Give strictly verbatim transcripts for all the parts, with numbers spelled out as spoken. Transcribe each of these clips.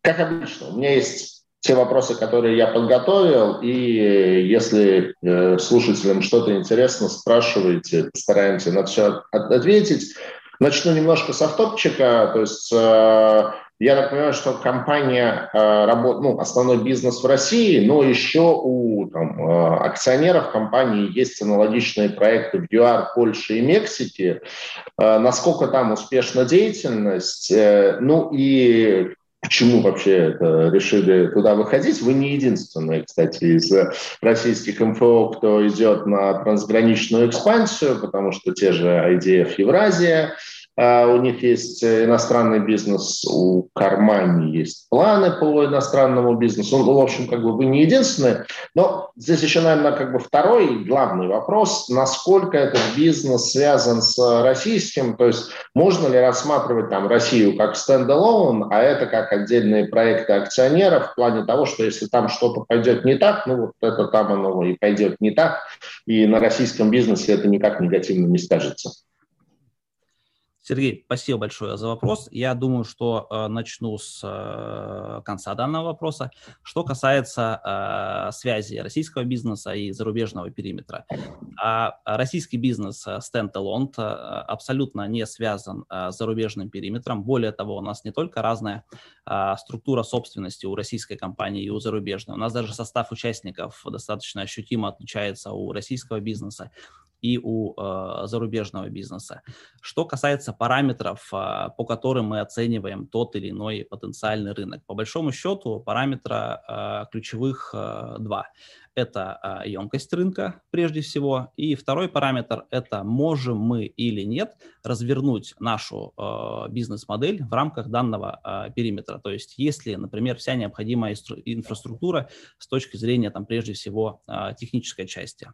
Как обычно, у меня есть те вопросы, которые я подготовил, и если э, слушателям что-то интересно, спрашивайте, постараемся на все ответить. Начну немножко с автопчика, то есть э, я так понимаю, что компания э, работает, ну, основной бизнес в России, но еще у там, э, акционеров компании есть аналогичные проекты в ЮАР, Польше и Мексике. Э, насколько там успешна деятельность, э, ну и почему вообще это решили туда выходить. Вы не единственные, кстати, из российских эм эф о, кто идет на трансграничную экспансию, потому что те же ай ди эф Евразия, у них есть иностранный бизнес, у Кармани есть планы по иностранному бизнесу. Ну, в общем, как бы вы не единственные. Но здесь еще, наверное, как бы второй главный вопрос, насколько этот бизнес связан с российским, то есть можно ли рассматривать там Россию как стендалон, а это как отдельные проекты акционеров в плане того, что если там что-то пойдет не так, ну вот это там оно и пойдет не так, и на российском бизнесе это никак негативно не скажется. Сергей, спасибо большое за вопрос. Я думаю, что э, начну с э, конца данного вопроса. Что касается э, связи российского бизнеса и зарубежного периметра. А российский бизнес э, stand-alone э, абсолютно не связан э, с зарубежным периметром. Более того, у нас не только разная э, структура собственности у российской компании и у зарубежной. У нас даже состав участников достаточно ощутимо отличается у российского бизнеса и у э, зарубежного бизнеса. Что касается параметров, э, по которым мы оцениваем тот или иной потенциальный рынок, по большому счету параметра э, ключевых э, два. Это э, емкость рынка прежде всего, и второй параметр – это можем мы или нет развернуть нашу э, бизнес-модель в рамках данного э, периметра. То есть если, например, вся необходимая инфраструктура с точки зрения, там, прежде всего, э, технической части.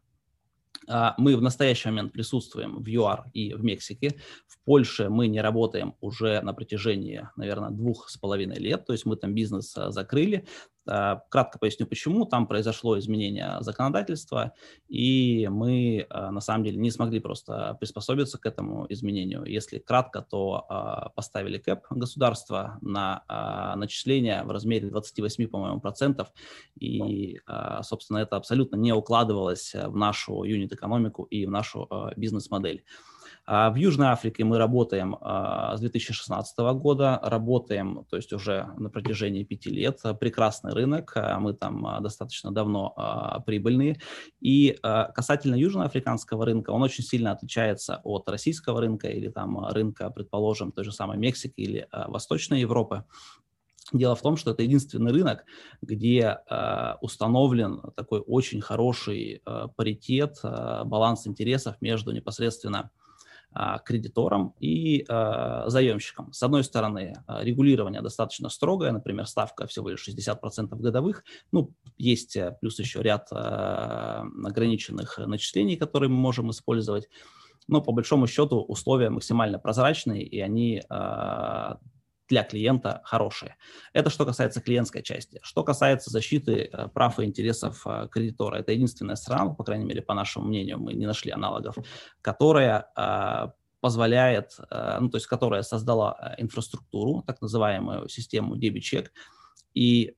Мы в настоящий момент присутствуем в ЮАР и в Мексике. В Польше мы не работаем уже на протяжении, наверное, двух с половиной лет, то есть мы там бизнес закрыли. Кратко поясню, почему. Там произошло изменение законодательства, и мы, на самом деле, не смогли просто приспособиться к этому изменению. Если кратко, то поставили кэп государства на начисления в размере двадцати восьми, по-моему, процентов, и, собственно, это абсолютно не укладывалось в нашу юнит-экономику и в нашу бизнес-модель. В Южной Африке мы работаем с две тысячи шестнадцатого года, работаем, то есть уже на протяжении пяти лет. Прекрасный рынок, мы там достаточно давно прибыльные. И касательно южноафриканского рынка, он очень сильно отличается от российского рынка или там рынка, предположим, той же самой Мексики или Восточной Европы. Дело в том, что это единственный рынок, где э, установлен такой очень хороший э, паритет, э, баланс интересов между непосредственно э, кредитором и э, заемщиком. С одной стороны, э, регулирование достаточно строгое, например, ставка всего лишь шестьдесят процентов годовых. Ну, есть э, плюс еще ряд э, ограниченных начислений, которые мы можем использовать. Но по большому счету условия максимально прозрачные, и они э, для клиента хорошие. Это что касается клиентской части. Что касается защиты э, прав и интересов э, кредитора, это единственная страна, по крайней мере, по нашему мнению, мы не нашли аналогов, которая э, позволяет, э, ну, то есть которая создала инфраструктуру, так называемую систему дебет-чек, и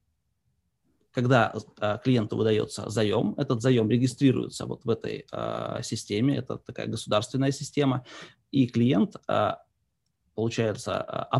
когда э, клиенту выдается заем, этот заем регистрируется вот в этой э, системе, это такая государственная система, и клиент, э, получается,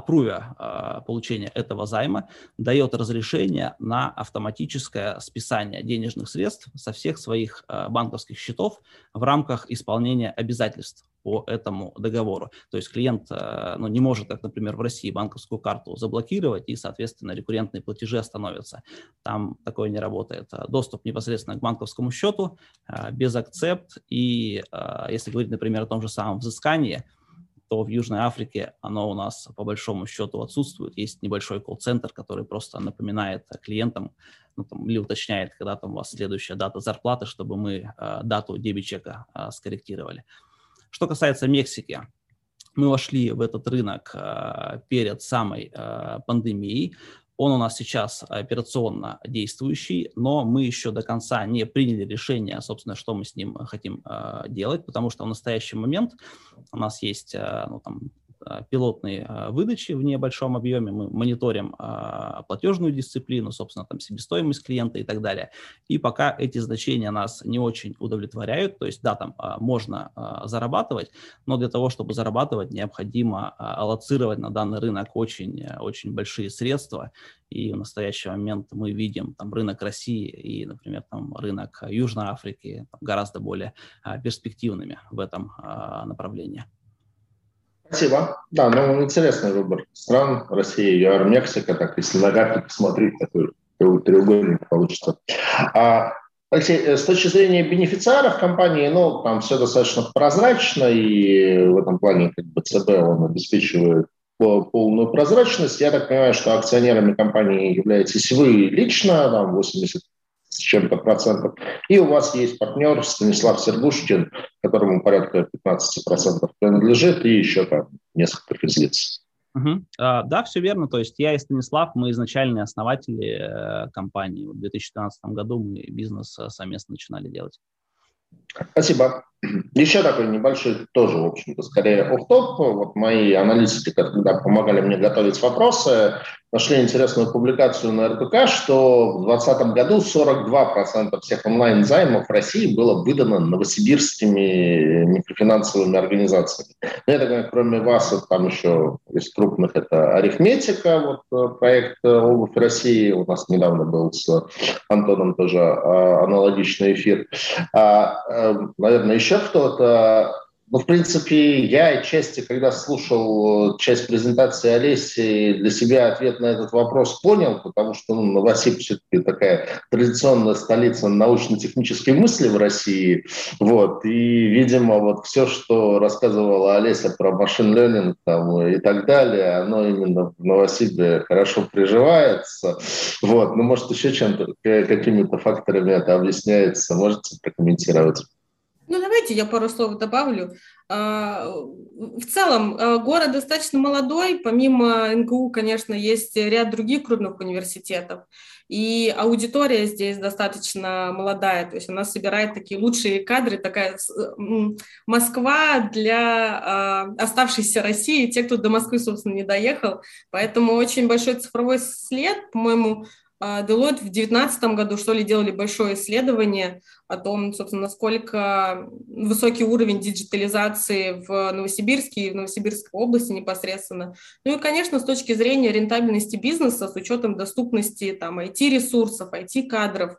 апрувя получения этого займа, дает разрешение на автоматическое списание денежных средств со всех своих банковских счетов в рамках исполнения обязательств по этому договору. То есть клиент ну, не может, как, например, в России, банковскую карту заблокировать, и, соответственно, рекуррентные платежи остановятся. Там такое не работает. Доступ непосредственно к банковскому счету, без акцепт, и если говорить, например, о том же самом взыскании, то в Южной Африке оно у нас по большому счету отсутствует. Есть небольшой колл-центр, который просто напоминает клиентам, ну, там, или уточняет, когда там у вас следующая дата зарплаты, чтобы мы э, дату дебет-чека э, скорректировали. Что касается Мексики, мы вошли в этот рынок э, перед самой э, пандемией. Он у нас сейчас операционно действующий, но мы еще до конца не приняли решение, собственно, что мы с ним хотим э, делать, потому что в настоящий момент у нас есть э, ну, там, пилотной выдачи в небольшом объеме, мы мониторим платежную дисциплину, собственно, там, себестоимость клиента и так далее. И пока эти значения нас не очень удовлетворяют, то есть, да, там можно зарабатывать, но для того, чтобы зарабатывать, необходимо аллоцировать на данный рынок очень, очень большие средства. И в настоящий момент мы видим там рынок России и, например, там рынок Южной Африки там, гораздо более перспективными в этом направлении. Спасибо. Да, ну интересный выбор стран. Россия, ЮАР, Мексика. Так, если на карту посмотреть, такой треугольник получится. А, Алексей, с точки зрения бенефициаров компании, ну, там все достаточно прозрачно, и в этом плане как бы ЦБ, он обеспечивает полную прозрачность. Я так понимаю, что акционерами компании являетесь вы лично, там восемьдесят с чем-то процентов, и у вас есть партнер Станислав Сергушкин, которому порядка пятнадцать процентов принадлежит, и еще там несколько физлиц. Угу. А, да, все верно. То есть я и Станислав, мы изначальные основатели э, компании. В две тысячи двенадцатом году мы бизнес совместно начинали делать. Спасибо. Еще такой небольшой, тоже, в общем-то, скорее офф-топ. Вот мои аналитики, когда помогали мне готовить вопросы, нашли интересную публикацию на эр тэ ка, что в двадцатом году сорок два процента всех онлайн-займов в России было выдано новосибирскими микрофинансовыми организациями. Но я так понимаю, кроме вас, вот там еще из крупных это арифметика, вот проект «Обувь России». У нас недавно был с Антоном тоже аналогичный эфир. Наверное, еще кто-то. Ну, в принципе, я отчасти, когда слушал часть презентации Олеси, для себя ответ на этот вопрос понял, потому что ну, Новосиб все-таки такая традиционная столица научно-технической мысли в России. Вот. И, видимо, вот все, что рассказывала Олеся про машин-ленинг там, и так далее, оно именно в Новосибе хорошо приживается. Вот. Ну, может, еще чем-то, какими-то факторами это объясняется. Можете прокомментировать? Ну, давайте я пару слов добавлю. В целом, город достаточно молодой. Помимо эн гэ у, конечно, есть ряд других крупных университетов. И аудитория здесь достаточно молодая. То есть она собирает такие лучшие кадры. Такая Москва для оставшейся России, те, кто до Москвы, собственно, не доехал. Поэтому очень большой цифровой след, по-моему, Deloitte в две тысячи девятнадцатом году, что ли, делали большое исследование о том, собственно, насколько высокий уровень диджитализации в Новосибирске и в Новосибирской области непосредственно. Ну и, конечно, с точки зрения рентабельности бизнеса, с учетом доступности там ай ти-ресурсов, ай ти-кадров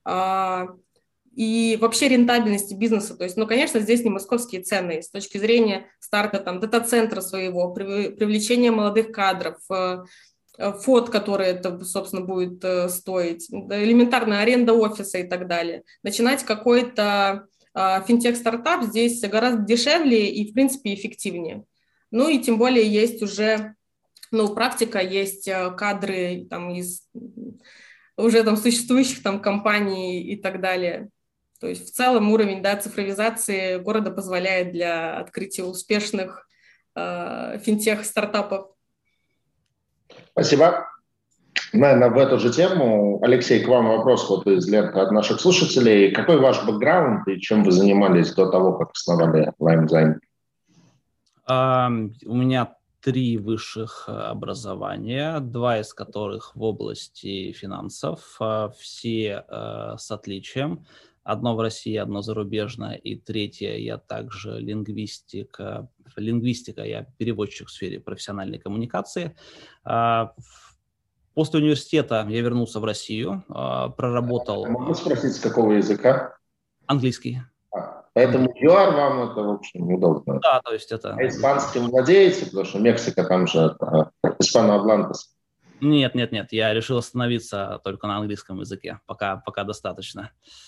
и вообще рентабельности бизнеса. То есть, ну, конечно, здесь не московские цены. С точки зрения старта там дата-центра своего, привлечения молодых кадров, фот, который это, собственно, будет э, стоить, элементарная аренда офиса и так далее. Начинать какой-то э, финтех-стартап здесь гораздо дешевле и, в принципе, эффективнее. Ну и тем более есть уже, ну, практика, есть э, кадры там, из уже там существующих там компаний и так далее. То есть в целом уровень, да, цифровизации города позволяет для открытия успешных э, финтех-стартапов. Спасибо. Наверное, в эту же тему, Алексей, к вам вопрос вот из ленты от наших слушателей. Какой ваш бэкграунд и чем вы занимались до того, как основали LimeZine? Uh, у меня три высших образования, два из которых в области финансов, все uh, с отличием. Одно в России, одно зарубежное, и третье я также лингвистика. Лингвистика, я переводчик в сфере профессиональной коммуникации. После университета я вернулся в Россию, проработал... Могу спросить, с какого языка? Английский. А, поэтому ЮАР вам это, в общем, удобно. Да, то есть это... А испанским владеете, потому что Мексика там же это испано-атлантос. Нет, нет, нет, я решил остановиться только на английском языке, пока, пока достаточно.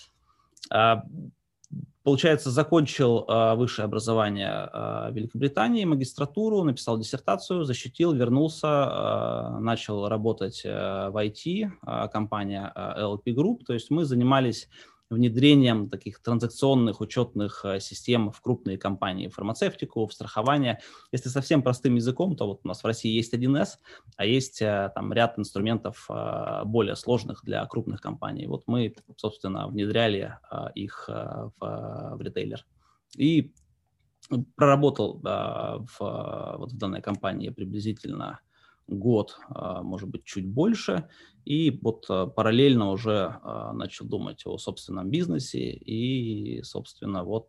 Получается, закончил высшее образование в Великобритании, магистратуру, написал диссертацию, защитил, вернулся, начал работать в ай ти, компания эл эл пи Group. То есть мы занимались внедрением таких транзакционных учетных систем в крупные компании, в фармацевтику, в страхование. Если совсем простым языком, то вот у нас в России есть один эс, а есть там ряд инструментов более сложных для крупных компаний. Вот мы, собственно, внедряли их в, в ритейлер. И проработал да, в, вот в данной компании приблизительно год, может быть, чуть больше, и вот параллельно уже начал думать о собственном бизнесе и, собственно, вот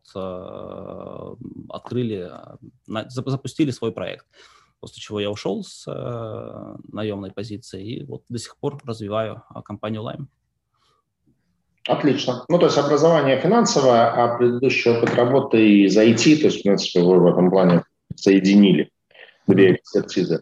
открыли, запустили свой проект, после чего я ушел с наемной позиции и вот до сих пор развиваю компанию Lime. Отлично. Ну, то есть образование финансовое, а предыдущий опыт работы из ай ти, то есть, в принципе, вы в этом плане соединили две экспертизы.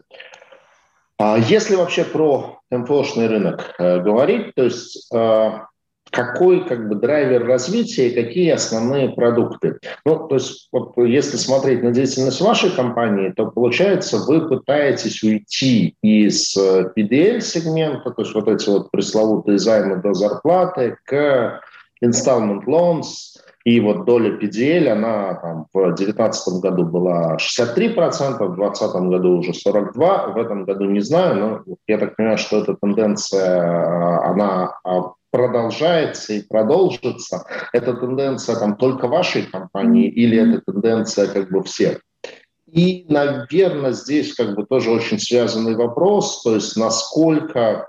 А если вообще про эм эф о-шный рынок э, говорить, то есть э, какой как бы драйвер развития и какие основные продукты? Ну, то есть вот, если смотреть на деятельность вашей компании, то получается вы пытаетесь уйти из пи ди эл-сегмента, то есть вот эти вот пресловутые займы до зарплаты, к installment loans. И вот доля пи ди эл, она там, в две тысячи девятнадцатом году была шестьдесят три процента, в две тысячи двадцатом году уже сорок два процента, в этом году не знаю, но я так понимаю, что эта тенденция, она продолжается и продолжится. Это тенденция там только вашей компании или это тенденция как бы всех? И, наверное, здесь как бы тоже очень связанный вопрос, то есть насколько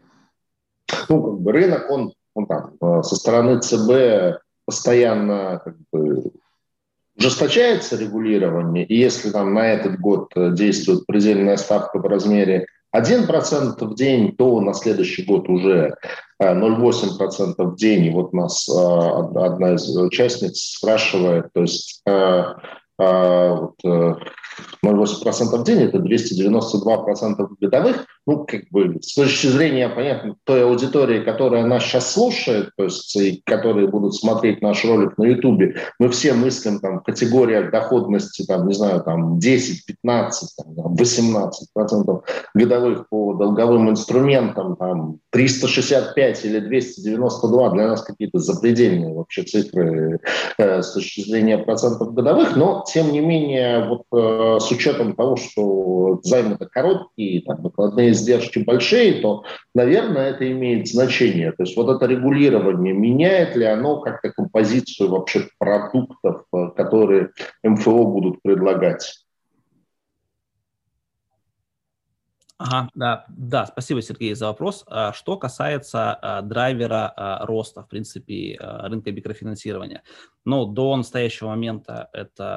ну, как бы рынок, он, он там, со стороны ЦБ постоянно как бы ужесточается регулирование, и если там на этот год действует предельная ставка в размере один процент в день, то на следующий год уже ноль целых восемь десятых процента в день. И вот нас одна из участниц спрашивает, то есть вот, ноль целых восемь десятых процента в день – это двести девяносто два процента годовых. Ну, как бы, с точки зрения, понятно, той аудитории, которая нас сейчас слушает, то есть и которые будут смотреть наш ролик на Ютубе, мы все мыслим там в категориях доходности, там, не знаю, там десять, пятнадцать, там, восемнадцать процентов годовых по долговым инструментам, там триста шестьдесят пять или двести девяносто два для нас какие-то запредельные вообще цифры э, с точки зрения процентов годовых, но тем не менее, вот э, с учетом того, что займы-то короткие, там, накладные издержки большие, то, наверное, это имеет значение. То есть вот это регулирование, меняет ли оно как-то композицию вообще продуктов, которые эм эф о будут предлагать? Ага, да, да, спасибо, Сергей, за вопрос. Что касается драйвера роста, в принципе, рынка микрофинансирования, но до настоящего момента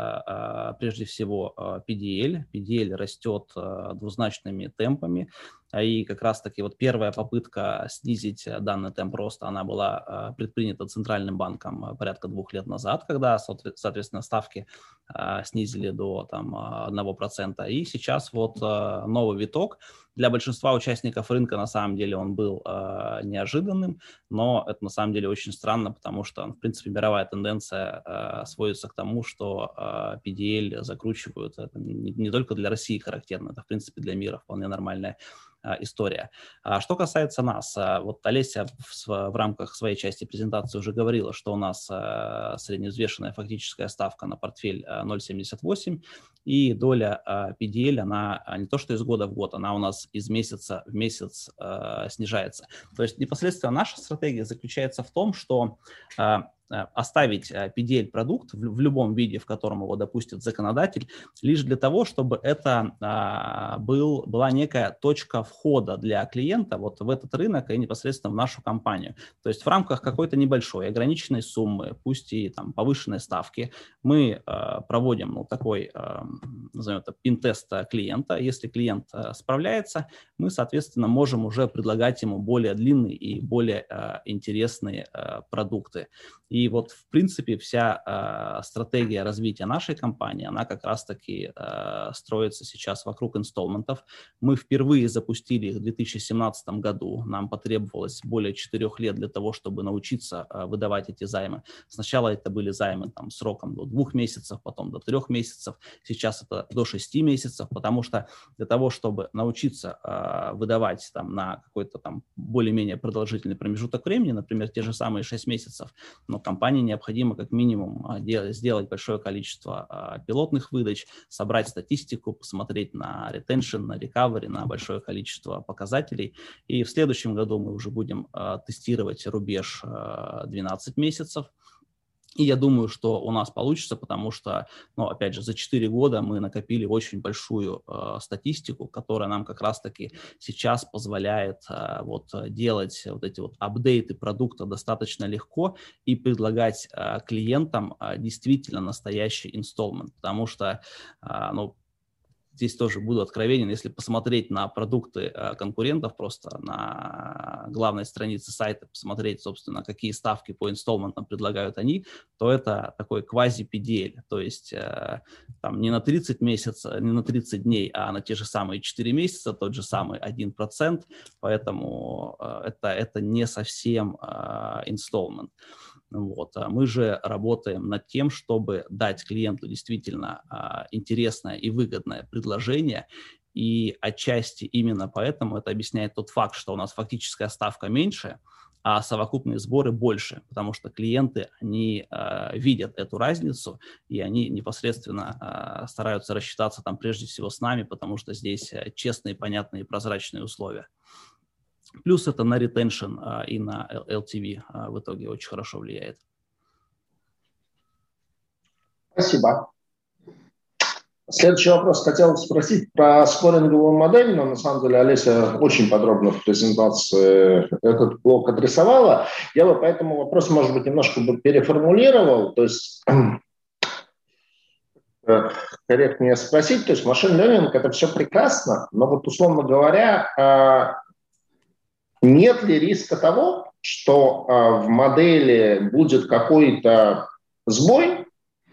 это прежде всего пи ди эл. пи ди эл растет двузначными темпами, и как раз-таки вот первая попытка снизить данный темп роста, она была предпринята Центральным банком порядка двух лет назад, когда, соответственно, ставки снизили до там, одного процента. И сейчас вот новый виток. Для большинства участников рынка на самом деле он был э, неожиданным, но это на самом деле очень странно, потому что, в принципе, мировая тенденция э, сводится к тому, что э, пи ди эл закручивают. Это не, не только для России характерно, это, в принципе, для мира вполне нормальная история. А что касается нас, вот Олеся в, в рамках своей части презентации уже говорила, что у нас а, средневзвешенная фактическая ставка на портфель а, ноль целых семьдесят восемь сотых, и доля а, пи ди эл, она не то что из года в год, она у нас из месяца в месяц а, снижается. То есть непосредственно наша стратегия заключается в том, что а, оставить пи ди эл-продукт в, в любом виде, в котором его допустит законодатель, лишь для того, чтобы это а, был, была некая точка входа для клиента вот в этот рынок и непосредственно в нашу компанию. То есть в рамках какой-то небольшой ограниченной суммы, пусть и там повышенной ставки, мы а, проводим ну, такой, а, назовем это, пин-тест клиента. Если клиент а, справляется, мы, соответственно, можем уже предлагать ему более длинные и более а, интересные а, продукты. И вот, в принципе, вся э, стратегия развития нашей компании, она как раз-таки э, строится сейчас вокруг инсталментов. Мы впервые запустили их в две тысячи семнадцатом году. Нам потребовалось более четырех лет для того, чтобы научиться э, выдавать эти займы. Сначала это были займы там, сроком до двух месяцев, потом до трех месяцев. Сейчас это до шести месяцев, потому что для того, чтобы научиться э, выдавать там, на какой-то там более-менее продолжительный промежуток времени, например, те же самые шесть месяцев, но компании необходимо как минимум сделать большое количество пилотных выдач, собрать статистику, посмотреть на retention, на recovery, на большое количество показателей. И в следующем году мы уже будем тестировать рубеж двенадцать месяцев. И я думаю, что у нас получится, потому что, ну, опять же, за четыре года мы накопили очень большую э, статистику, которая нам как раз-таки сейчас позволяет э, вот делать вот эти вот апдейты продукта достаточно легко и предлагать э, клиентам э, действительно настоящий инсталмент, потому что, э, ну, здесь тоже буду откровенен, если посмотреть на продукты э, конкурентов, просто на главной странице сайта посмотреть, собственно, какие ставки по инсталментам предлагают они, то это такой квази-пи ди эль, то есть э, там не на тридцать месяцев, не на тридцать дней, а на те же самые четыре месяца, тот же самый один процент, поэтому э, это, это не совсем инсталмент. Вот. Мы же работаем над тем, чтобы дать клиенту действительно а, интересное и выгодное предложение, и отчасти именно поэтому это объясняет тот факт, что у нас фактическая ставка меньше, а совокупные сборы больше, потому что клиенты, они а, видят эту разницу, и они непосредственно а, стараются рассчитаться там прежде всего с нами, потому что здесь честные, понятные и прозрачные условия. Плюс это на ретеншн а, и на эл ти ви а, в итоге очень хорошо влияет. Спасибо. Следующий вопрос. Хотел спросить про скоринговую модель, но на самом деле Олеся очень подробно в презентации этот блок адресовала. Я бы по этому вопросу, может быть, немножко бы переформулировал. То есть корректнее спросить. То есть машин learning – это все прекрасно, но вот, условно говоря, нет ли риска того, что э, в модели будет какой-то сбой,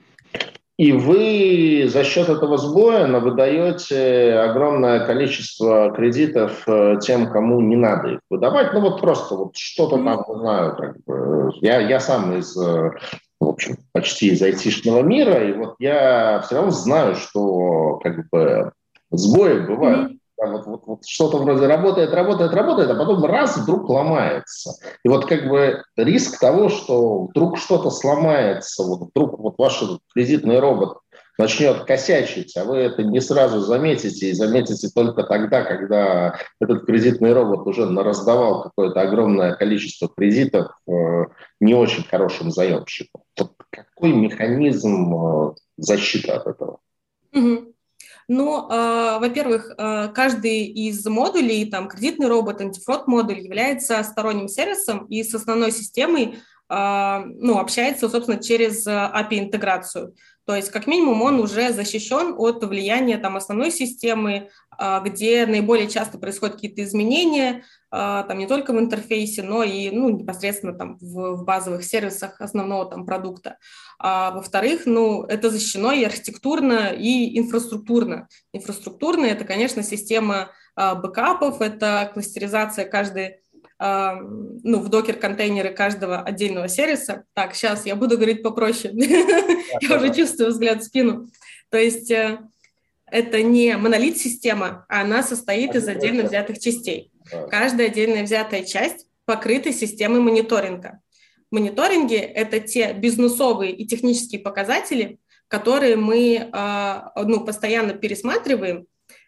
и вы за счет этого сбоя выдаете огромное количество кредитов э, тем, кому не надо их выдавать? Ну вот просто вот что-то там, не знаю, как бы, я, я сам из, э, в общем, почти из айтишного мира, и вот я все равно знаю, что как бы сбои бывают. Mm-hmm. Вот, вот, вот что-то вроде работает, работает, работает, а потом раз вдруг ломается. И вот как бы риск того, что вдруг что-то сломается, вот вдруг вот ваш кредитный робот начнет косячить, а вы это не сразу заметите, и заметите только тогда, когда этот кредитный робот уже раздавал какое-то огромное количество кредитов э, не очень хорошим заемщикам. Вот какой механизм э, защиты от этого? Mm-hmm. Ну, э, во-первых, э, каждый из модулей, там, кредитный робот, антифрод-модуль является сторонним сервисом и с основной системой э, ну, общается, собственно, через эй пи ай-интеграцию. То есть, как минимум, он уже защищен от влияния там, основной системы, э, где наиболее часто происходят какие-то изменения, э, там, не только в интерфейсе, но и ну, непосредственно там, в, в базовых сервисах основного там, продукта. А, во-вторых, ну, это защищено и архитектурно, и инфраструктурно. Инфраструктурно – это, конечно, система а, бэкапов, это кластеризация каждой, а, ну, в докер-контейнеры каждого отдельного сервиса. Так, сейчас я буду говорить попроще. Я уже чувствую взгляд в спину. То есть это не монолит-система, а она состоит из отдельно взятых частей. Каждая отдельно взятая часть покрыта системой мониторинга. Мониторинги – это те бизнесовые и технические показатели, которые мы ну, постоянно пересматриваем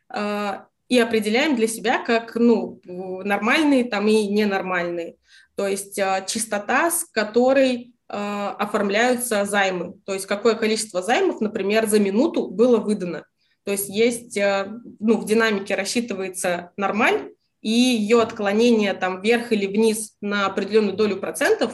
и определяем для себя как ну, нормальные там, и ненормальные. То есть частота, с которой оформляются займы, то есть какое количество займов, например, за минуту было выдано. То есть есть, ну, в динамике рассчитывается нормаль, и ее отклонение там, вверх или вниз на определенную долю процентов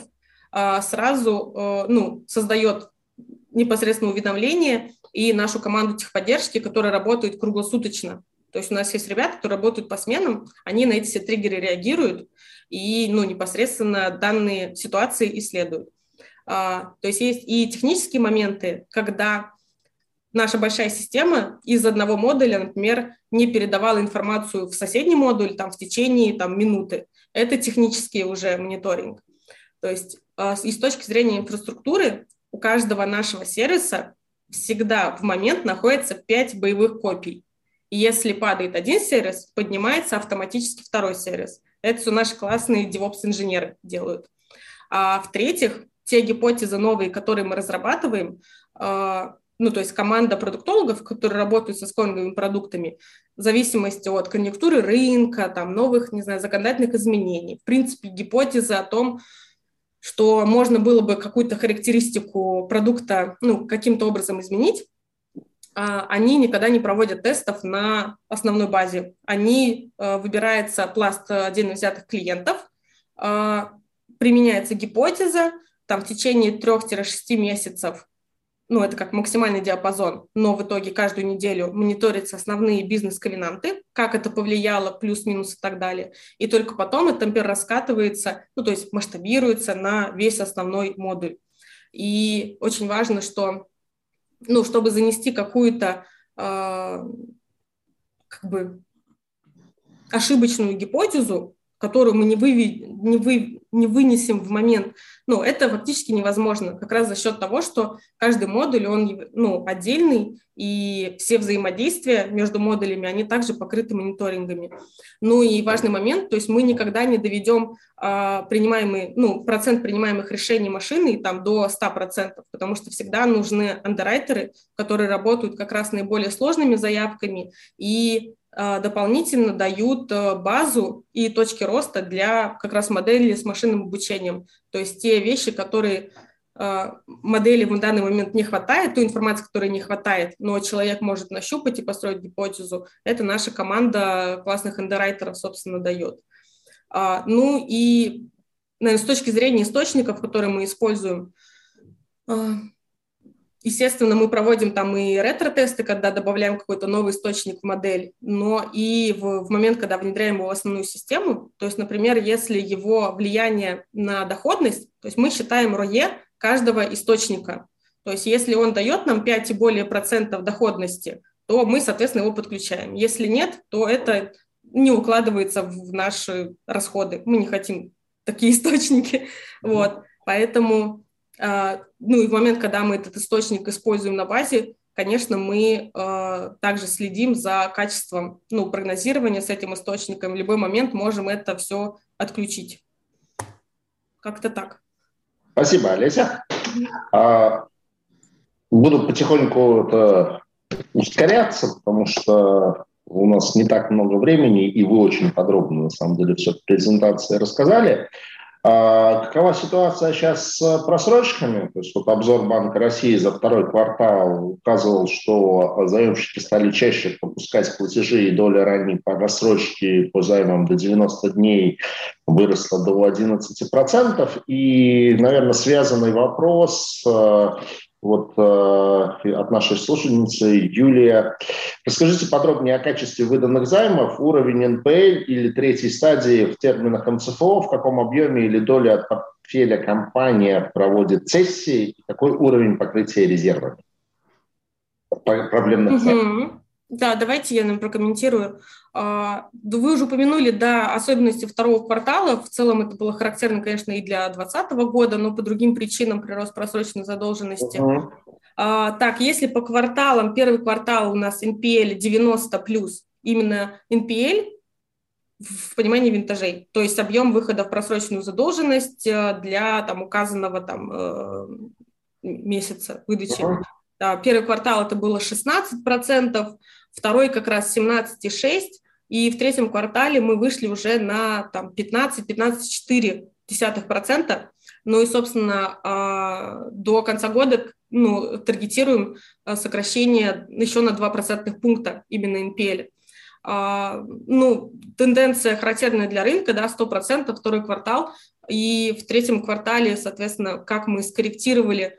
сразу ну, создает непосредственно уведомление и нашу команду техподдержки, которая работает круглосуточно. То есть у нас есть ребята, которые работают по сменам, они на эти все триггеры реагируют и ну, непосредственно данные ситуации исследуют. То есть есть и технические моменты, когда наша большая система из одного модуля, например, не передавала информацию в соседний модуль там, в течение там, минуты. Это технический уже мониторинг. То есть и с точки зрения инфраструктуры у каждого нашего сервиса всегда в момент находится пять боевых копий. И если падает один сервис, поднимается автоматически второй сервис. Это все наши классные DevOps-инженеры делают. А в-третьих, те гипотезы новые, которые мы разрабатываем, ну, то есть команда продуктологов, которые работают со скоринговыми продуктами, в зависимости от конъюнктуры рынка, там, новых, не знаю, законодательных изменений. В принципе, гипотеза о том, что можно было бы какую-то характеристику продукта ну, каким-то образом изменить, они никогда не проводят тестов на основной базе. Они, выбирается пласт отдельно взятых клиентов, применяется гипотеза, там в течение трёх-шести месяцев, ну, это как максимальный диапазон, но в итоге каждую неделю мониторятся основные бизнес-ковенанты, как это повлияло, плюс-минус и так далее. И только потом этот ампер раскатывается, ну, то есть масштабируется на весь основной модуль. И очень важно, что, ну, чтобы занести какую-то э, как бы ошибочную гипотезу, которую мы не, выви, не, вы, не вынесем в момент, ну, это фактически невозможно, как раз за счет того, что каждый модуль, он, ну, отдельный, и все взаимодействия между модулями, они также покрыты мониторингами. Ну, и важный момент, то есть мы никогда не доведем а, принимаемый, ну, процент принимаемых решений машины там, до ста процентов, потому что всегда нужны андеррайтеры, которые работают как раз наиболее сложными заявками и дополнительно дают базу и точки роста для как раз моделей с машинным обучением. То есть те вещи, которые модели в данный момент не хватает, ту информацию, которой не хватает, но человек может нащупать и построить гипотезу, это наша команда классных андеррайтеров, собственно, дает. Ну и, наверное, с точки зрения источников, которые мы используем, естественно, мы проводим там и ретро-тесты, когда добавляем какой-то новый источник в модель, но и в, в момент, когда внедряем его в основную систему, то есть, например, если его влияние на доходность, то есть мы считаем РОЕ каждого источника, то есть если он дает нам пять и более процентов доходности, то мы, соответственно, его подключаем. Если нет, то это не укладывается в наши расходы. Мы не хотим такие источники, вот, поэтому... Ну и в момент, когда мы этот источник используем на базе, конечно, мы э, также следим за качеством ну, прогнозирования с этим источником. В любой момент можем это все отключить. Как-то так. Спасибо, Олеся. А, буду потихоньку это ускоряться, потому что у нас не так много времени, и вы очень подробно, на самом деле, все в презентации рассказали. А какова ситуация сейчас с просрочками? То есть вот обзор Банка России за второй квартал указывал, что заемщики стали чаще пропускать платежи, и доля ранней рассрочки по займам до девяноста дней выросла до одиннадцати процентов. И, наверное, связанный вопрос вот э, от нашей слушательницы Юлия. Расскажите подробнее о качестве выданных займов, уровень эн пэ эль или третьей стадии в терминах эм цэ эф о, в каком объеме или доля от портфеля компания проводит цессии, какой уровень покрытия резервами проблемных займов. Угу. Да, давайте я нам прокомментирую. Вы уже упомянули, да, особенности второго квартала. В целом это было характерно, конечно, и для двадцатого года, но по другим причинам прирост просроченной задолженности. Uh-huh. Так, если по кварталам, первый квартал у нас эн пи эль девяносто плюс, именно эн пи эль в понимании винтажей, то есть объем выхода в просроченную задолженность для там, указанного там, месяца выдачи. Uh-huh. Да, первый квартал это было шестнадцать процентов, второй как раз семнадцать целых шесть десятых, и в третьем квартале мы вышли уже на там, пятнадцать-пятнадцать целых четыре десятых процента. Ну и, собственно, до конца года ну, таргетируем сокращение еще на два процентных пункта именно эн пи эль. Ну, тенденция характерная для рынка, да, сто процентов второй квартал, и в третьем квартале, соответственно, как мы скорректировали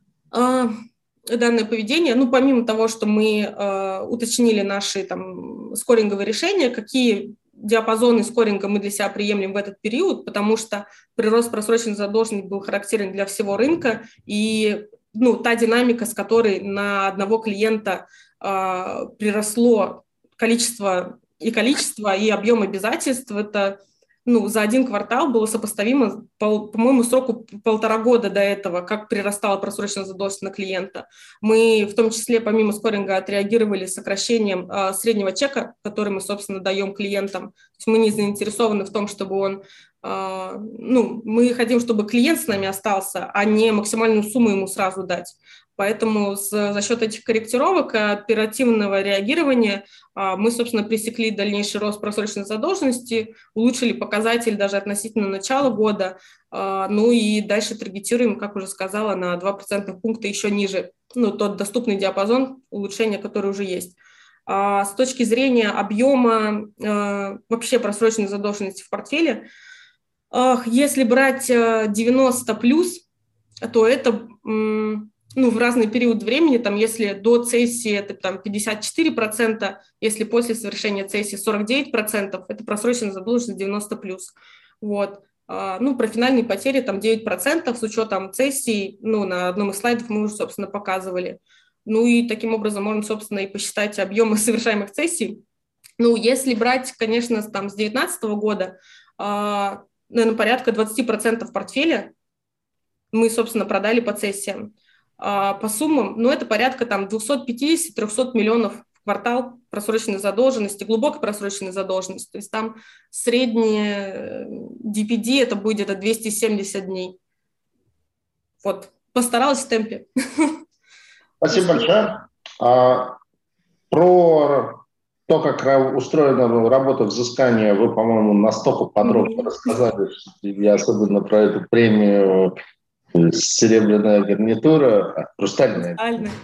данное поведение, ну, помимо того, что мы э, уточнили наши там скоринговые решения, какие диапазоны скоринга мы для себя приемлем в этот период, потому что прирост просроченной задолженности был характерен для всего рынка, и ну, та динамика, с которой на одного клиента э, приросло количество и количество, и объем обязательств, это ну, за один квартал было сопоставимо, по, по-моему, сроку полтора года до этого, как прирастала просроченная задолженность на клиента. Мы в том числе, помимо скоринга, отреагировали сокращением э, среднего чека, который мы, собственно, даем клиентам. То есть мы не заинтересованы в том, чтобы он... Э, ну, мы хотим, чтобы клиент с нами остался, а не максимальную сумму ему сразу дать. Поэтому с, за счет этих корректировок и оперативного реагирования мы, собственно, пресекли дальнейший рост просроченной задолженности, улучшили показатель даже относительно начала года, ну и дальше таргетируем, как уже сказала, на два процентных пункта еще ниже, ну, тот доступный диапазон улучшения, который уже есть. А с точки зрения объема вообще просроченной задолженности в портфеле, если брать девяносто плюс, то это... Ну, в разный период времени, там, если до цессии это там, пятьдесят четыре процента, если после совершения цессии сорок девять процентов, это просроченная задолженность девяносто плюс. Вот. А, ну, про финальные потери там девять процентов с учетом цессий, ну, на одном из слайдов мы уже, собственно, показывали. Ну, и таким образом можно, собственно, и посчитать объемы совершаемых цессий. Ну, если брать, конечно, там, с две тысячи девятнадцатого года, а, наверное, порядка двадцать процентов портфеля мы, собственно, продали по цессиям. По суммам, ну, это порядка там двести пятьдесят - триста миллионов в квартал просроченной задолженности, глубокой просроченной задолженности. То есть там средний ди пи ди это будет где-то двести семьдесят дней. Вот, постаралась в темпе. Спасибо большое. А, про то, как устроена работа взыскания, вы, по-моему, настолько подробно mm-hmm. рассказали, что я особенно про эту премию серебряная гарнитура, а, хрустальная.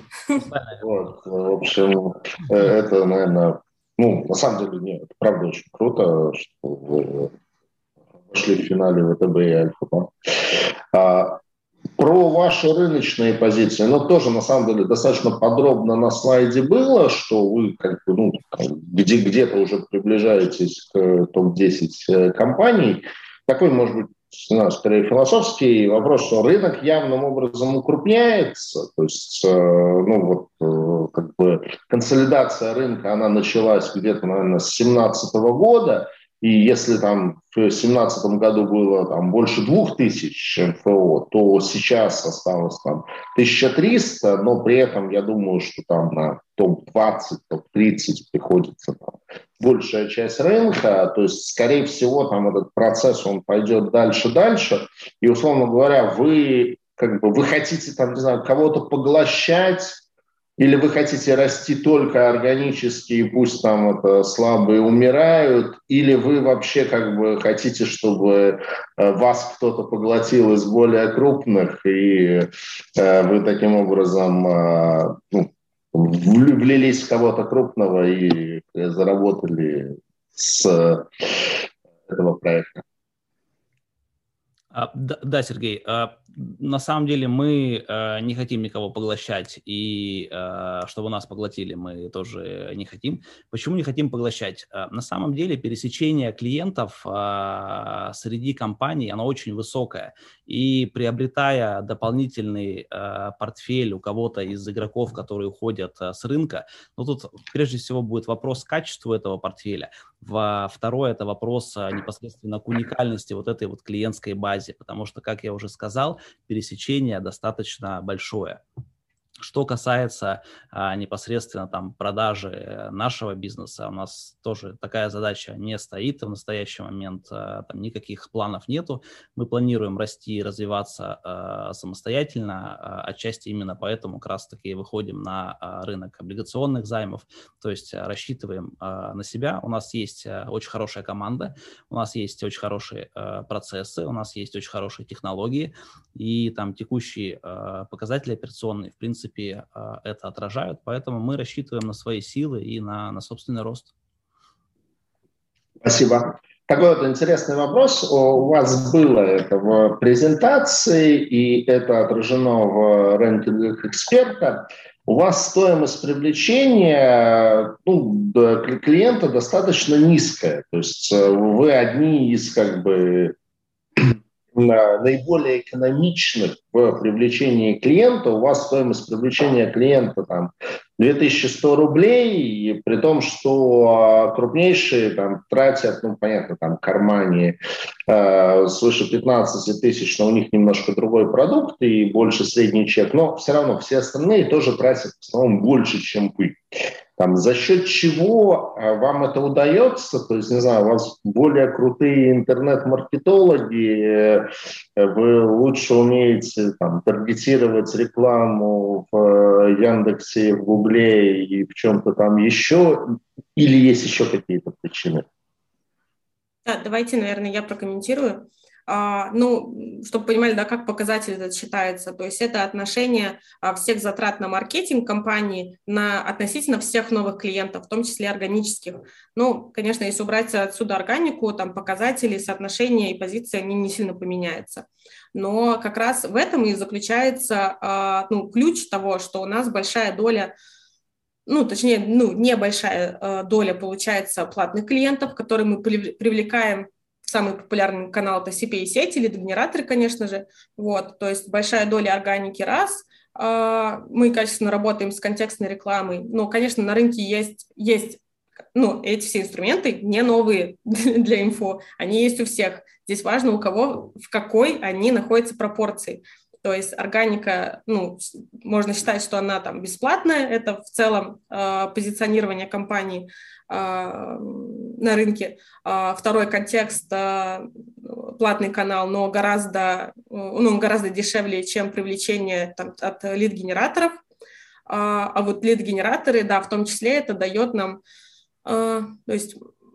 Вот, в общем, это, наверное, ну, на самом деле, нет, это правда очень круто, что вы пошли в финале ВТБ и Альфа-банк. А, про ваши рыночные позиции, ну, тоже, на самом деле, достаточно подробно на слайде было, что вы, как бы, ну, где, где-то уже приближаетесь к топ десять компаний. Такой, может быть, скорее философский вопрос, что рынок явным образом укрупняется, то есть, ну вот, как бы консолидация рынка, она началась где-то, наверное, с две тысячи семнадцатого года, и если там в две тысячи семнадцатом году было там больше двух тысяч эн эф о, то сейчас осталось там тысяча триста, но при этом я думаю, что там на топ двадцать, топ тридцать приходится там большая часть рынка, то есть, скорее всего, там этот процесс, он пойдет дальше-дальше, и, условно говоря, вы, как бы, вы хотите, там, не знаю, кого-то поглощать, или вы хотите расти только органически, и пусть там это слабые умирают, или вы вообще, как бы, хотите, чтобы вас кто-то поглотил из более крупных, и э, вы таким образом э, ну, влились в кого-то крупного и заработали с этого проекта. А, да, да, Сергей, а, на самом деле мы а, не хотим никого поглощать, и а, чтобы нас поглотили, мы тоже не хотим. Почему не хотим поглощать? А, на самом деле пересечение клиентов а, среди компаний, оно очень высокое, и приобретая дополнительный а, портфель у кого-то из игроков, которые уходят а, с рынка, ну тут прежде всего будет вопрос качества этого портфеля. Во второе, это вопрос а, непосредственно к уникальности вот этой вот клиентской базы, потому что, как я уже сказал, пересечение достаточно большое. Что касается а, непосредственно там продажи нашего бизнеса, у нас тоже такая задача не стоит в настоящий момент, а, там никаких планов нету. Мы планируем расти и развиваться а, самостоятельно, а, отчасти именно поэтому как раз-таки выходим на а, рынок облигационных займов, то есть а, рассчитываем а, на себя. У нас есть а, очень хорошая команда, у нас есть очень хорошие а, процессы, у нас есть очень хорошие технологии, и там текущие а, показатели операционные, в принципе, это отражают, поэтому мы рассчитываем на свои силы и на, на собственный рост. Спасибо. Такой вот интересный вопрос. У вас было это в презентации, и это отражено в рейтингах эксперта. У вас стоимость привлечения, ну, клиента достаточно низкая. То есть вы одни из, как бы, наиболее экономичных в привлечении клиента. У вас стоимость привлечения клиента там две тысячи сто рублей, и при том, что крупнейшие там тратят, ну, понятно, там Кармани э, свыше пятнадцать тысяч, но у них немножко другой продукт и больше средний чек, но все равно все остальные тоже тратят в основном больше, чем вы. Там, за счет чего вам это удается? То есть, не знаю, у вас более крутые интернет-маркетологи, вы лучше умеете там, таргетировать рекламу в Яндексе, в Гугле и в чем-то там еще, или есть еще какие-то причины? Да, давайте, наверное, я прокомментирую. А, ну, чтобы понимали, да, как показатель этот считается, то есть это отношение а, всех затрат на маркетинг компании на относительно всех новых клиентов, в том числе органических. Ну, конечно, если убрать отсюда органику, там показатели, соотношения и позиции, они не сильно поменяются. Но как раз в этом и заключается а, ну, ключ того, что у нас большая доля, ну, точнее, ну, небольшая а, доля получается платных клиентов, которые мы привлекаем. Самый популярный канал – это си пи эй-сети, лид-генераторы, конечно же. Вот, то есть большая доля органики – раз. Мы качественно работаем с контекстной рекламой. Но, конечно, на рынке есть, есть ну, эти все инструменты не новые для инфо. Они есть у всех. Здесь важно, у кого, в какой они находятся пропорции. То есть органика, ну, можно считать, что она там бесплатная. Это в целом э, позиционирование компании на рынке. Второй контекст – платный канал, но гораздо, ну, гораздо дешевле, чем привлечение там, от лид-генераторов. А вот лид-генераторы, да, в том числе это дает нам, то есть,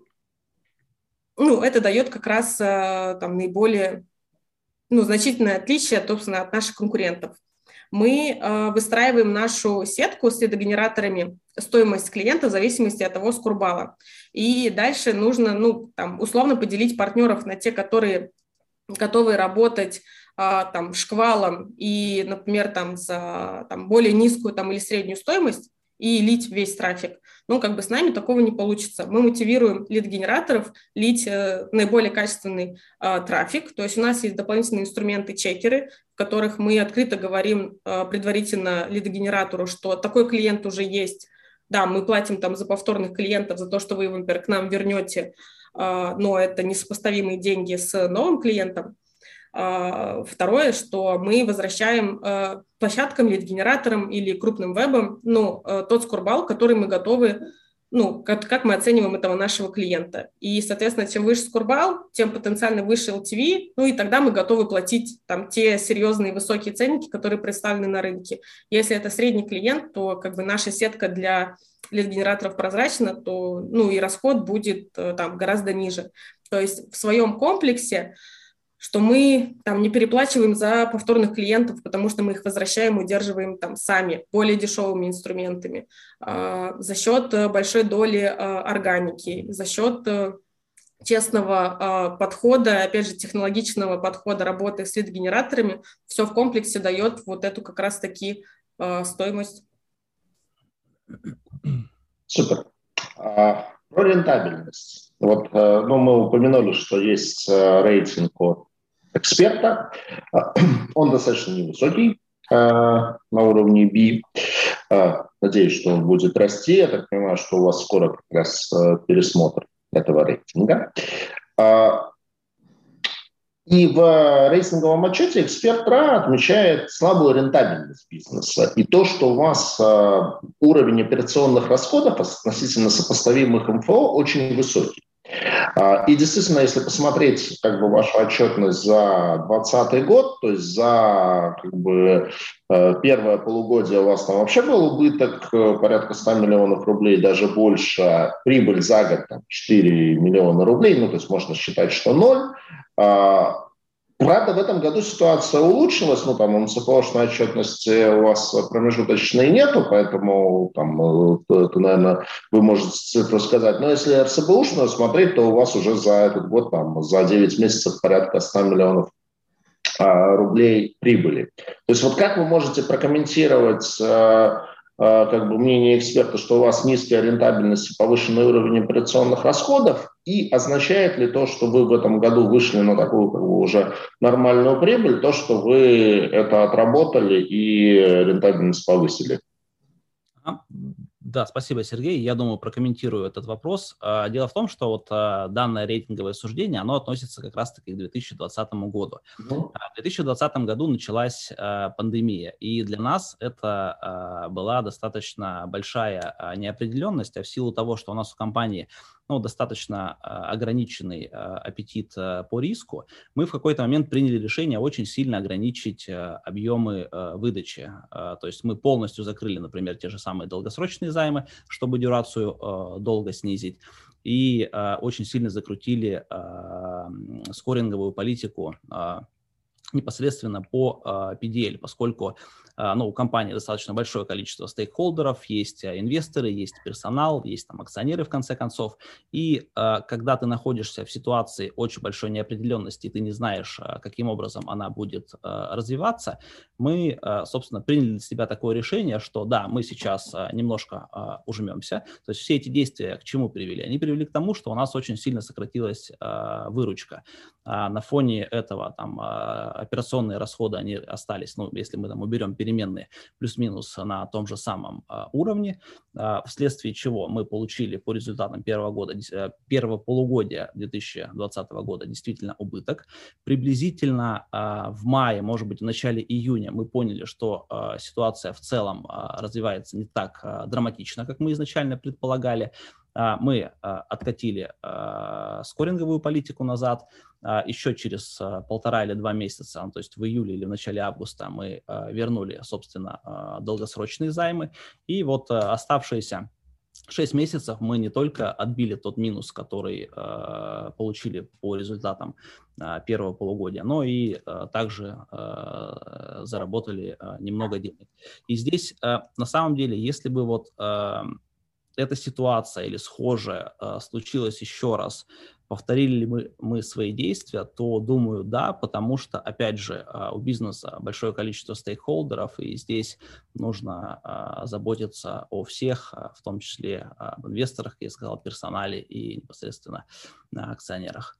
ну, это дает как раз там наиболее, ну, значительное отличие, собственно, от наших конкурентов. Мы э, выстраиваем нашу сетку с лидогенераторами, стоимость клиента в зависимости от того скорбалла. И дальше нужно, ну, там, условно поделить партнеров на те, которые готовы работать э, там, шквалом и, например, там, за там, более низкую там, или среднюю стоимость, и лить весь трафик. Ну, как бы с нами такого не получится. Мы мотивируем лид-генераторов лить э, наиболее качественный э, трафик. То есть у нас есть дополнительные инструменты-чекеры, в которых мы открыто говорим э, предварительно лид-генератору, что такой клиент уже есть. Да, мы платим там за повторных клиентов, за то, что вы, например, к нам вернете, э, но это несопоставимые деньги с новым клиентом. Второе, что мы возвращаем э, площадкам, лид-генераторам или крупным вебам ну, э, тот скорбалл, который мы готовы, ну, как, как мы оцениваем этого нашего клиента. И, соответственно, чем выше скорбалл, тем потенциально выше эл ти ви, ну и тогда мы готовы платить там те серьезные высокие ценники, которые представлены на рынке. Если это средний клиент, то как бы наша сетка для лид-генераторов прозрачна, то ну, и расход будет э, там гораздо ниже. То есть в своем комплексе что мы там не переплачиваем за повторных клиентов, потому что мы их возвращаем, удерживаем там сами более дешевыми инструментами, э, за счет большой доли э, органики, за счет э, честного э, подхода, опять же, технологичного подхода работы с лид-генераторами, все в комплексе дает вот эту как раз-таки э, стоимость. Супер. А, про рентабельность. Вот, ну, мы упомянули, что есть рейтинг от эксперта. Он достаточно невысокий, на уровне би. Надеюсь, что он будет расти. Я так понимаю, что у вас скоро как раз пересмотр этого рейтинга. И в рейтинговом отчете эксперт РА отмечает слабую рентабельность бизнеса и то, что у вас э, уровень операционных расходов относительно сопоставимых эм эф о очень высокий. Э, и действительно, если посмотреть как бы, вашу отчетность за двадцатый год, то есть за как бы, э, первое полугодие у вас там вообще был убыток э, порядка ста миллионов рублей, даже больше, прибыль за год там, четыре миллиона рублей, ну то есть можно считать, что ноль. Правда, в этом году ситуация улучшилась, ну, там, эм эс эф о-шной отчетности у вас промежуточной нету, поэтому, там, это, наверное, вы можете цифру сказать. Но если эр эс бэ у-шную смотреть, то у вас уже за этот год, там, за девять месяцев порядка ста миллионов а, рублей прибыли. То есть вот как вы можете прокомментировать а, как бы мнение эксперта, что у вас низкая рентабельность и повышенный уровень операционных расходов, и означает ли то, что вы в этом году вышли на такую как бы, уже нормальную прибыль, то, что вы это отработали и рентабельность повысили? Да, спасибо, Сергей. Я думаю, прокомментирую этот вопрос. Дело в том, что вот данное рейтинговое суждение, оно относится как раз-таки к две тысячи двадцатому году. Ну, В две тысячи двадцатом году началась пандемия, и для нас это была достаточно большая неопределенность, а в силу того, что у нас у компании ну, достаточно ограниченный аппетит по риску, мы в какой-то момент приняли решение очень сильно ограничить объемы выдачи. То есть мы полностью закрыли, например, те же самые долгосрочные займы, чтобы дюрацию долга снизить, и очень сильно закрутили скоринговую политику непосредственно по пи ди эл, поскольку ну, у компании достаточно большое количество стейкхолдеров, есть инвесторы, есть персонал, есть там акционеры в конце концов. И когда ты находишься в ситуации очень большой неопределенности, и ты не знаешь, каким образом она будет развиваться, мы, собственно, приняли для себя такое решение, что да, мы сейчас немножко ужмемся. То есть все эти действия к чему привели? Они привели к тому, что у нас очень сильно сократилась выручка. На фоне этого там операционные расходы, они остались, ну, если мы там уберем переменные, плюс-минус на том же самом а, уровне, а, вследствие чего мы получили по результатам первого года, первого полугодия две тысячи двадцатого года действительно убыток. Приблизительно а, в мае, может быть, в начале июня мы поняли, что а, ситуация в целом а, развивается не так а, драматично, как мы изначально предполагали. Мы откатили скоринговую политику назад. Еще через полтора или два месяца, то есть в июле или в начале августа, мы вернули, собственно, долгосрочные займы. И вот оставшиеся шесть месяцев мы не только отбили тот минус, который получили по результатам первого полугодия, но и также заработали немного денег. И здесь, на самом деле, если бы вот эта ситуация или схожая э, случилась еще раз, повторили ли мы, мы свои действия, то, думаю, да, потому что, опять же, э, у бизнеса большое количество стейкхолдеров, и здесь нужно э, заботиться о всех, э, в том числе об инвесторах, как я сказал, персонале и непосредственно э, акционерах.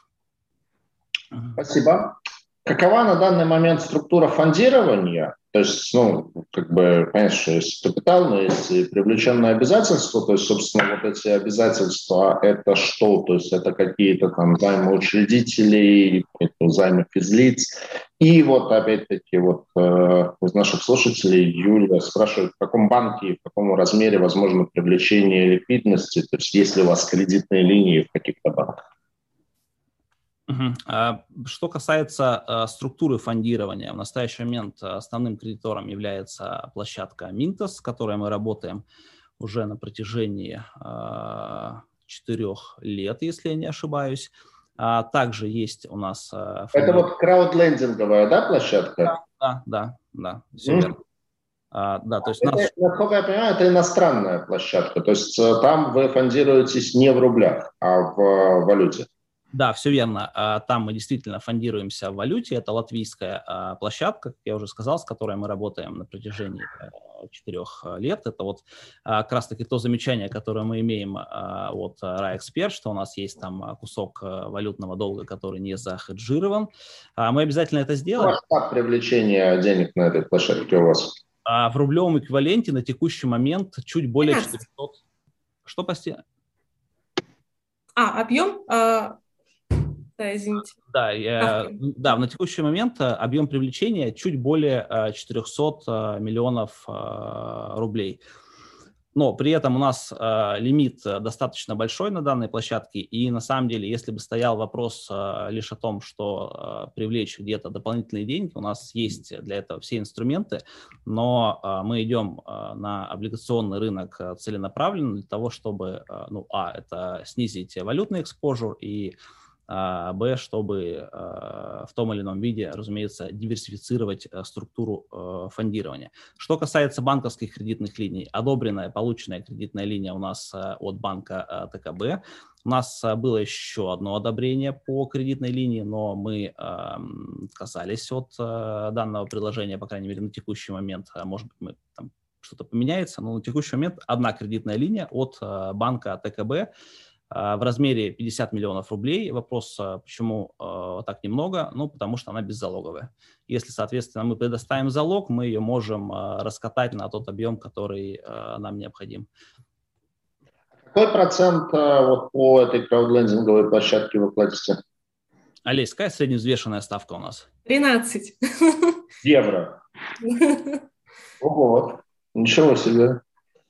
Спасибо. Какова на данный момент структура фондирования? То есть, ну, как бы, понятно, что есть капитал, но есть и привлеченные обязательства. То есть, собственно, вот эти обязательства – это что? То есть, это какие-то там займы учредителей, займы физлиц. И вот, опять-таки, вот э, из наших слушателей Юля спрашивает, в каком банке и в каком размере возможно привлечение ликвидности? То есть, есть ли у вас кредитные линии в каких-то банках? Что касается структуры фондирования, в настоящий момент основным кредитором является площадка Mintos, с которой мы работаем уже на протяжении четырех лет, если я не ошибаюсь. Также есть у нас... Фонд... Это вот краудлендинговая, да, площадка? Да, да, да, все mm. верно. А, да, то есть это, нас... Насколько я понимаю, это иностранная площадка, то есть там вы фондируетесь не в рублях, а в валюте. Да, все верно. Там мы действительно фондируемся в валюте. Это латвийская площадка, как я уже сказал, с которой мы работаем на протяжении четырех лет. Это вот как раз-таки то замечание, которое мы имеем от RAExpert, что у нас есть там кусок валютного долга, который не захеджирован. Мы обязательно это сделаем. Масштаб привлечения денег на этой площадке у вас? В рублевом эквиваленте на текущий момент чуть более четырехсот. Что, прости? А, объем? Да, извините. Да, я, да, на текущий момент объем привлечения чуть более четыреста миллионов рублей. Но при этом у нас лимит достаточно большой на данной площадке, и на самом деле, если бы стоял вопрос лишь о том, что привлечь где-то дополнительные деньги, у нас есть для этого все инструменты, но мы идем на облигационный рынок целенаправленно для того, чтобы, ну, а, это снизить валютный экспожур, и Б, чтобы в том или ином виде, разумеется, диверсифицировать структуру фондирования. Что касается банковских кредитных линий, одобренная, полученная кредитная линия у нас от банка ТКБ. У нас было еще одно одобрение по кредитной линии, но мы отказались от данного предложения, по крайней мере, на текущий момент. Может быть, мы там что-то поменяется, но на текущий момент одна кредитная линия от банка ТКБ в размере пятьдесят миллионов рублей. Вопрос, почему так немного? Ну, потому что она беззалоговая. Если, соответственно, мы предоставим залог, мы ее можем раскатать на тот объем, который нам необходим. Какой процент вот по этой краудлендинговой площадке вы платите? Олесь, какая средневзвешенная ставка у нас? тринадцать. Евро. Ого, ничего себе.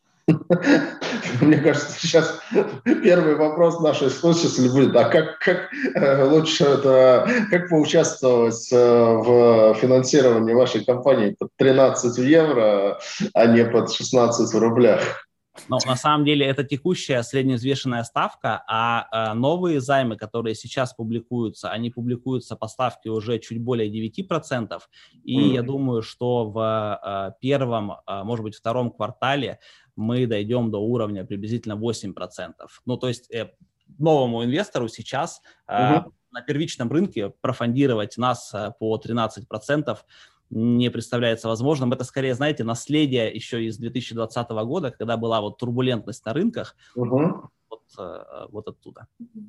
Мне кажется, сейчас первый вопрос нашей слушателей будет, а как, как лучше это, как поучаствовать в финансировании вашей компании под тринадцать евро, а не под шестнадцать в рублях? Ну, на самом деле это текущая средневзвешенная ставка, а, а новые займы, которые сейчас публикуются, они публикуются по ставке уже чуть более девять процентов. И mm. я думаю, что в а, первом, а, может быть, втором квартале мы дойдем до уровня приблизительно восемь процентов. Ну, то есть э, новому инвестору сейчас а, mm-hmm. на первичном рынке профондировать нас а, по тринадцать процентов не представляется возможным. Это скорее, знаете, наследие еще из две тысячи двадцатого года, когда была вот турбулентность на рынках, угу. вот, вот оттуда.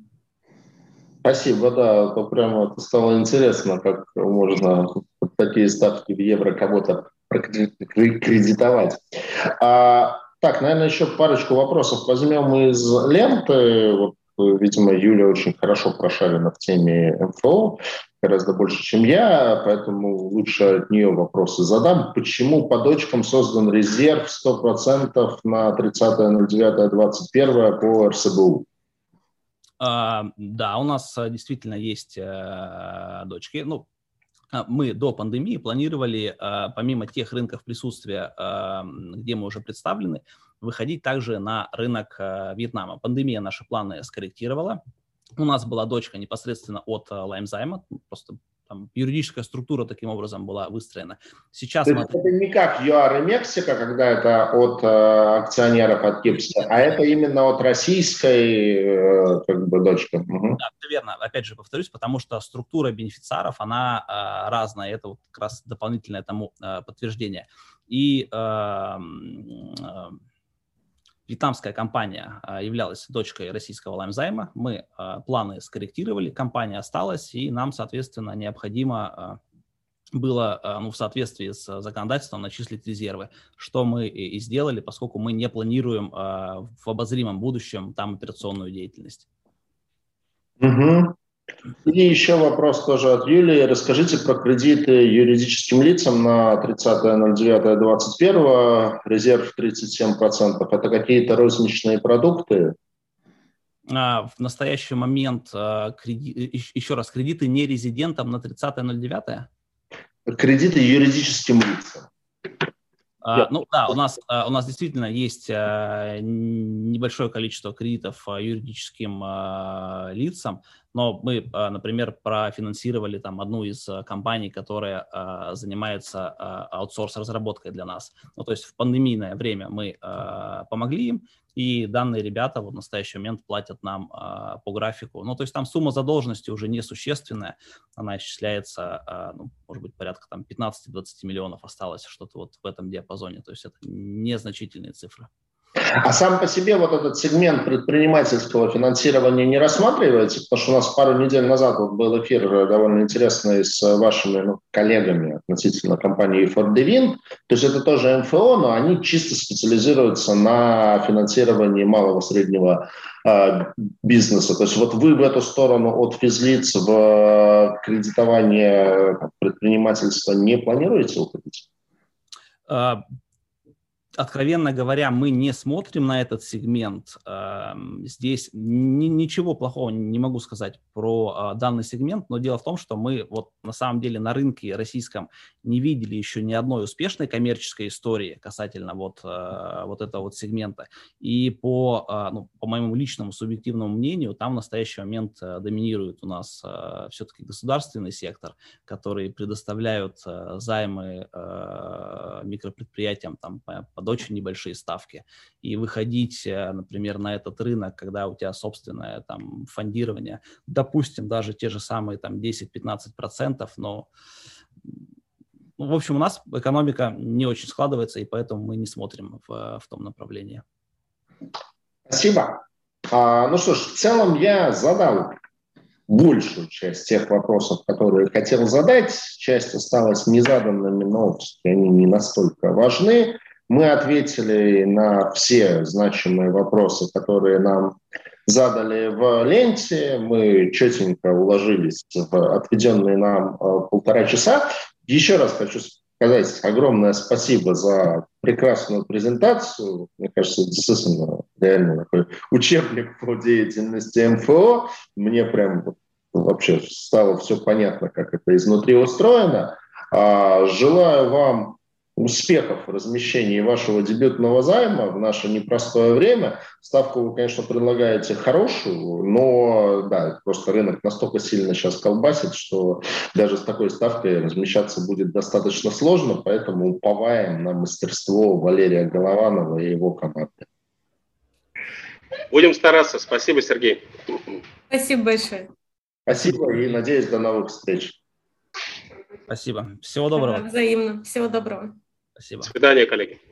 Спасибо, да, то прямо стало интересно, как можно такие ставки в евро кого-то кредитовать. А, так, наверное, еще парочку вопросов возьмем из ленты. Вот, видимо, Юля очень хорошо прошарена в теме эм эф о, гораздо больше, чем я, поэтому лучше от нее вопросы задам. Почему по дочкам создан резерв сто процентов на тридцатое ноль девятое двадцать первое по эр эс бэ у? А, да, у нас действительно есть а, дочки. Ну, мы до пандемии планировали, а, помимо тех рынков присутствия, а, где мы уже представлены, выходить также на рынок а, Вьетнама. Пандемия наши планы скорректировала. У нас была дочка непосредственно от Лаймзайма, просто там юридическая структура таким образом была выстроена. Сейчас То мы... есть это не как ю ар и Мексика, когда это от э, акционеров от Кипса, а это именно от российской э, как бы дочки. Угу. Да, все верно. Опять же повторюсь, потому что структура бенефициаров, она э, разная. Это вот как раз дополнительное тому э, подтверждение. И э, э, вьетнамская компания а, являлась дочкой российского Лаймзайма. Мы а, планы скорректировали, компания осталась, и нам, соответственно, необходимо а, было а, ну, в соответствии с законодательством начислить резервы, что мы и, и сделали, поскольку мы не планируем а, в обозримом будущем там операционную деятельность. Угу. И еще вопрос тоже от Юлии. Расскажите про кредиты юридическим лицам на тридцатое ноль девятое двадцать первое, резерв тридцать семь процентов. Это какие-то розничные продукты? А, в настоящий момент, а, креди... еще раз, кредиты не резидентам на тридцатое ноль девятое? Кредиты юридическим лицам. Uh, ну да, у нас, uh, у нас действительно есть uh, небольшое количество кредитов uh, юридическим uh, лицам, но мы, uh, например, профинансировали там одну из uh, компаний, которая uh, занимается uh, аутсорс-разработкой для нас. Ну, то есть в пандемийное время мы uh, помогли им, и данные ребята вот в настоящий момент платят нам uh, по графику. Ну, то есть там сумма задолженности уже несущественная, она исчисляется, uh, ну, может быть, порядка там пятнадцать-двадцать миллионов осталось, что-то вот в этом диапазоне. То есть это незначительные цифры. А сам по себе вот этот сегмент предпринимательского финансирования не рассматриваете? Потому что у нас пару недель назад вот был эфир довольно интересный с вашими ну, коллегами относительно компании ForDevin. То есть это тоже эм эф о, но они чисто специализируются на финансировании малого среднего э, бизнеса. То есть вот вы в эту сторону от физлиц в кредитование предпринимательства не планируете уходить? Откровенно говоря, мы не смотрим на этот сегмент. Здесь ни, ничего плохого не могу сказать про данный сегмент, но дело в том, что мы вот на самом деле на рынке российском не видели еще ни одной успешной коммерческой истории касательно вот, вот этого вот сегмента. И по, ну, по моему личному субъективному мнению, там в настоящий момент доминирует у нас все-таки государственный сектор, который предоставляют займы микропредприятиям там, по под очень небольшие ставки. И выходить, например, на этот рынок, когда у тебя собственное там фондирование, допустим, даже те же самые там десять-пятнадцать процентов, но, ну, в общем, у нас экономика не очень складывается, и поэтому мы не смотрим в, в том направлении. Спасибо. А, ну что ж, в целом я задал большую часть тех вопросов, которые хотел задать. Часть осталась незаданными, но они не настолько важны. Мы ответили на все значимые вопросы, которые нам задали в ленте. Мы четенько уложились в отведенные нам полтора часа. Еще раз хочу сказать огромное спасибо за прекрасную презентацию. Мне кажется, действительно реально такой учебник по деятельности эм эф о. Мне прям вообще стало все понятно, как это изнутри устроено. Желаю вам успехов в размещении вашего дебютного займа в наше непростое время. Ставку вы, конечно, предлагаете хорошую, но да, просто рынок настолько сильно сейчас колбасит, что даже с такой ставкой размещаться будет достаточно сложно, поэтому уповаем на мастерство Валерия Голованова и его команды. Будем стараться. Спасибо, Сергей. Спасибо большое. Спасибо и надеюсь, до новых встреч. Спасибо. Всего доброго. Взаимно. Всего доброго. Спасибо. До свидания, коллеги.